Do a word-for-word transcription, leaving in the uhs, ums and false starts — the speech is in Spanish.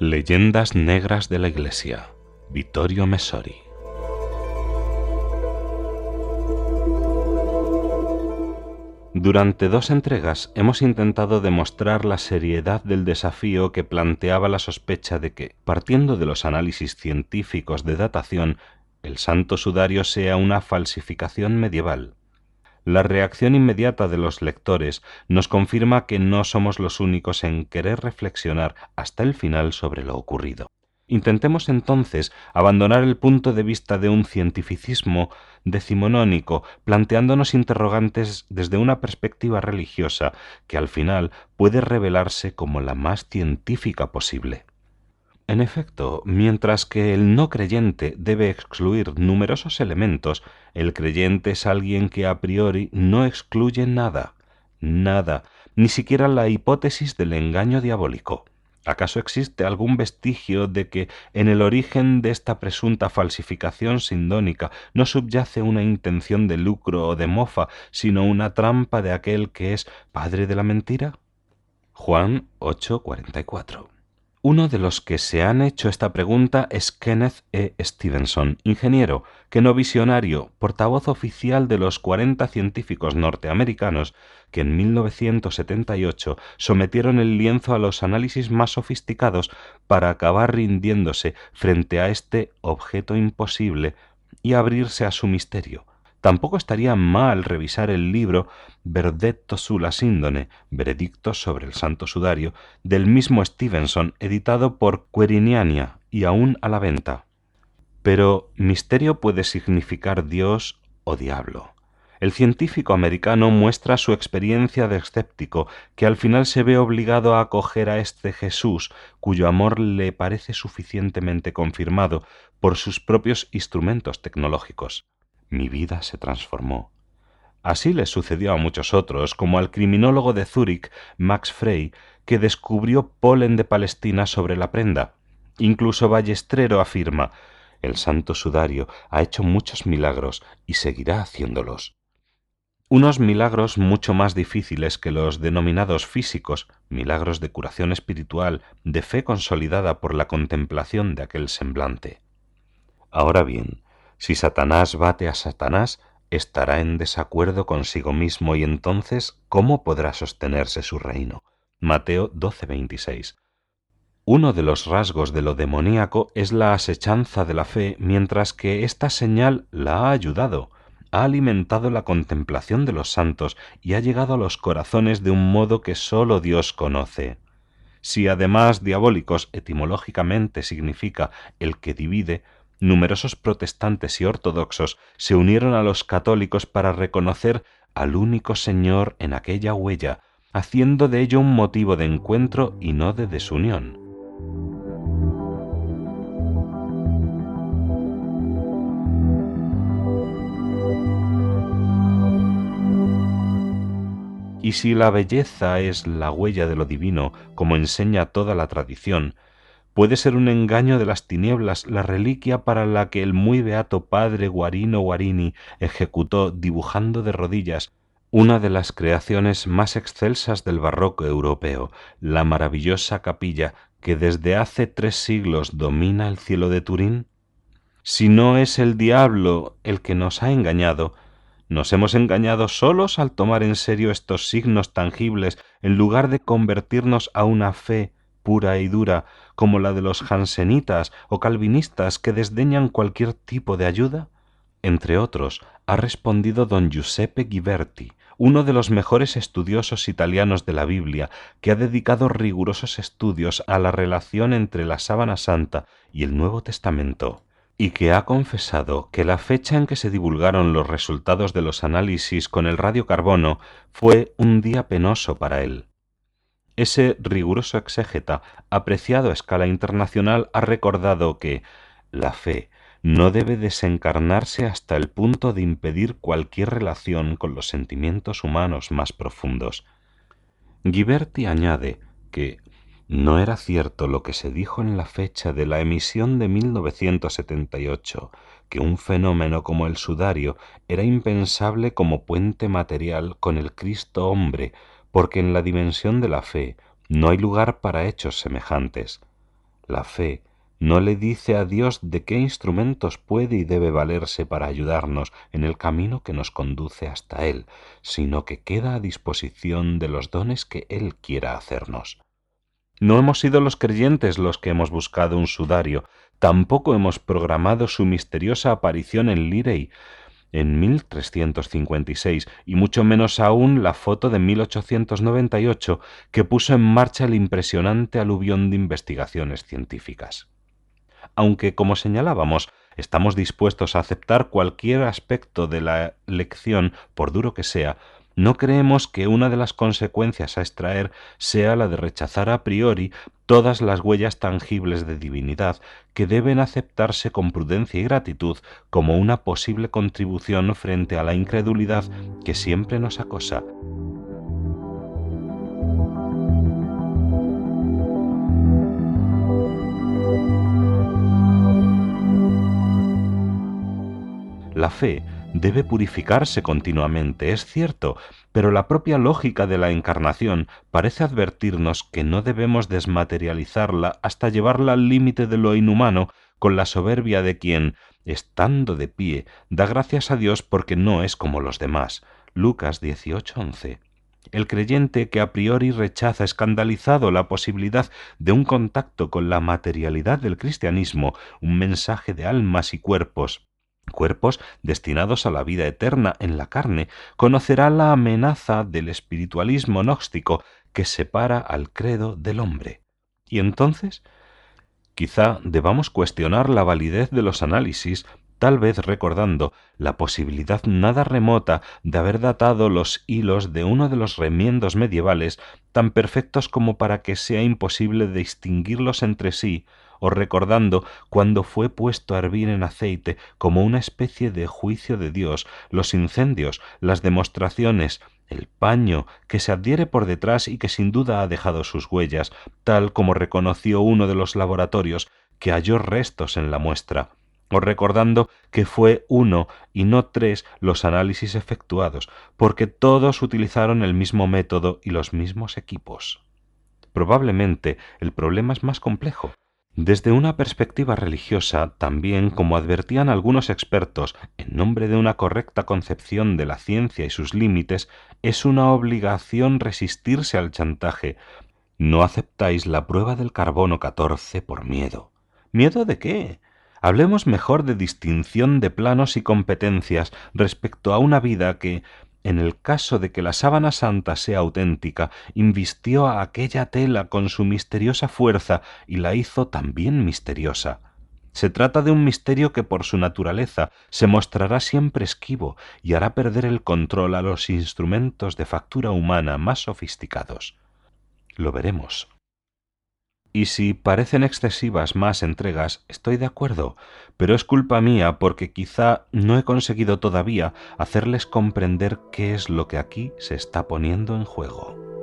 Leyendas negras de la Iglesia, Vittorio Messori. Durante dos entregas hemos intentado demostrar la seriedad del desafío que planteaba la sospecha de que, partiendo de los análisis científicos de datación, el Santo Sudario sea una falsificación medieval. La reacción inmediata de los lectores nos confirma que no somos los únicos en querer reflexionar hasta el final sobre lo ocurrido. Intentemos entonces abandonar el punto de vista de un cientificismo decimonónico, planteándonos interrogantes desde una perspectiva religiosa que al final puede revelarse como la más científica posible. En efecto, mientras que el no creyente debe excluir numerosos elementos, el creyente es alguien que a priori no excluye nada, nada, ni siquiera la hipótesis del engaño diabólico. ¿Acaso existe algún vestigio de que en el origen de esta presunta falsificación sindónica no subyace una intención de lucro o de mofa, sino una trampa de aquel que es padre de la mentira? Juan ocho cuarenta y cuatro. Uno de los que se han hecho esta pregunta es Kenneth E. Stevenson, ingeniero, que no visionario, portavoz oficial de los cuarenta científicos norteamericanos que en mil novecientos setenta y ocho sometieron el lienzo a los análisis más sofisticados para acabar rindiéndose frente a este objeto imposible y abrirse a su misterio. Tampoco estaría mal revisar el libro Verdetto sulla Sindone, Veredicto sobre el Santo Sudario, del mismo Stevenson, editado por Queriniania y aún a la venta. Pero misterio puede significar Dios o diablo. El científico americano muestra su experiencia de escéptico, que al final se ve obligado a acoger a este Jesús, cuyo amor le parece suficientemente confirmado por sus propios instrumentos tecnológicos. Mi vida se transformó. Así le sucedió a muchos otros, como al criminólogo de Zúrich, Max Frey, que descubrió polen de Palestina sobre la prenda. Incluso Ballestrero afirma: el Santo Sudario ha hecho muchos milagros y seguirá haciéndolos. Unos milagros mucho más difíciles que los denominados físicos, milagros de curación espiritual, de fe consolidada por la contemplación de aquel semblante. Ahora bien, si Satanás bate a Satanás, estará en desacuerdo consigo mismo y entonces, ¿cómo podrá sostenerse su reino? Mateo doce veintiséis. Uno de los rasgos de lo demoníaco es la asechanza de la fe, mientras que esta señal la ha ayudado, ha alimentado la contemplación de los santos y ha llegado a los corazones de un modo que sólo Dios conoce. Si además diabólicos etimológicamente significa el que divide, numerosos protestantes y ortodoxos se unieron a los católicos para reconocer al único Señor en aquella huella, haciendo de ello un motivo de encuentro y no de desunión. Y si la belleza es la huella de lo divino, como enseña toda la tradición, puede ser un engaño de las tinieblas la reliquia para la que el muy beato padre Guarino Guarini ejecutó, dibujando de rodillas, una de las creaciones más excelsas del barroco europeo, la maravillosa capilla que desde hace tres siglos domina el cielo de Turín? Si no es el diablo el que nos ha engañado, nos hemos engañado solos al tomar en serio estos signos tangibles en lugar de convertirnos a una fe pura y dura, como la de los jansenitas o calvinistas que desdeñan cualquier tipo de ayuda? Entre otros, ha respondido don Giuseppe Ghiberti, uno de los mejores estudiosos italianos de la Biblia, que ha dedicado rigurosos estudios a la relación entre la Sábana Santa y el Nuevo Testamento, y que ha confesado que la fecha en que se divulgaron los resultados de los análisis con el radiocarbono fue un día penoso para él. Ese riguroso exégeta, apreciado a escala internacional, ha recordado que la fe no debe desencarnarse hasta el punto de impedir cualquier relación con los sentimientos humanos más profundos. Ghiberti añade que no era cierto lo que se dijo en la fecha de la emisión de mil novecientos setenta y ocho, que un fenómeno como el sudario era impensable como puente material con el Cristo hombre, porque en la dimensión de la fe no hay lugar para hechos semejantes. La fe no le dice a Dios de qué instrumentos puede y debe valerse para ayudarnos en el camino que nos conduce hasta Él, sino que queda a disposición de los dones que Él quiera hacernos. No hemos sido los creyentes los que hemos buscado un sudario, tampoco hemos programado su misteriosa aparición en Lirey en mil trescientos cincuenta y seis, y mucho menos aún la foto de mil ochocientos noventa y ocho que puso en marcha el impresionante aluvión de investigaciones científicas. Aunque, como señalábamos, estamos dispuestos a aceptar cualquier aspecto de la lección, por duro que sea, no creemos que una de las consecuencias a extraer sea la de rechazar a priori todas las huellas tangibles de divinidad que deben aceptarse con prudencia y gratitud como una posible contribución frente a la incredulidad que siempre nos acosa. La fe debe purificarse continuamente, es cierto, pero la propia lógica de la encarnación parece advertirnos que no debemos desmaterializarla hasta llevarla al límite de lo inhumano con la soberbia de quien, estando de pie, da gracias a Dios porque no es como los demás. Lucas dieciocho once. El creyente que a priori rechaza escandalizado la posibilidad de un contacto con la materialidad del cristianismo, un mensaje de almas y cuerpos, cuerpos destinados a la vida eterna en la carne, conocerá la amenaza del espiritualismo gnóstico que separa al credo del hombre. ¿Y entonces? Quizá debamos cuestionar la validez de los análisis, tal vez recordando la posibilidad nada remota de haber datado los hilos de uno de los remiendos medievales tan perfectos como para que sea imposible distinguirlos entre sí, o recordando cuando fue puesto a hervir en aceite como una especie de juicio de Dios, los incendios, las demostraciones, el paño que se adhiere por detrás y que sin duda ha dejado sus huellas, tal como reconoció uno de los laboratorios que halló restos en la muestra, o recordando que fue uno y no tres los análisis efectuados, porque todos utilizaron el mismo método y los mismos equipos. Probablemente el problema es más complejo. Desde una perspectiva religiosa, también, como advertían algunos expertos, en nombre de una correcta concepción de la ciencia y sus límites, es una obligación resistirse al chantaje. No aceptáis la prueba del carbono catorce por miedo. ¿Miedo de qué? Hablemos mejor de distinción de planos y competencias respecto a una vida que, en el caso de que la sábana santa sea auténtica, invistió a aquella tela con su misteriosa fuerza y la hizo también misteriosa. Se trata de un misterio que por su naturaleza se mostrará siempre esquivo y hará perder el control a los instrumentos de factura humana más sofisticados. Lo veremos. Y si parecen excesivas más entregas, estoy de acuerdo, pero es culpa mía porque quizá no he conseguido todavía hacerles comprender qué es lo que aquí se está poniendo en juego.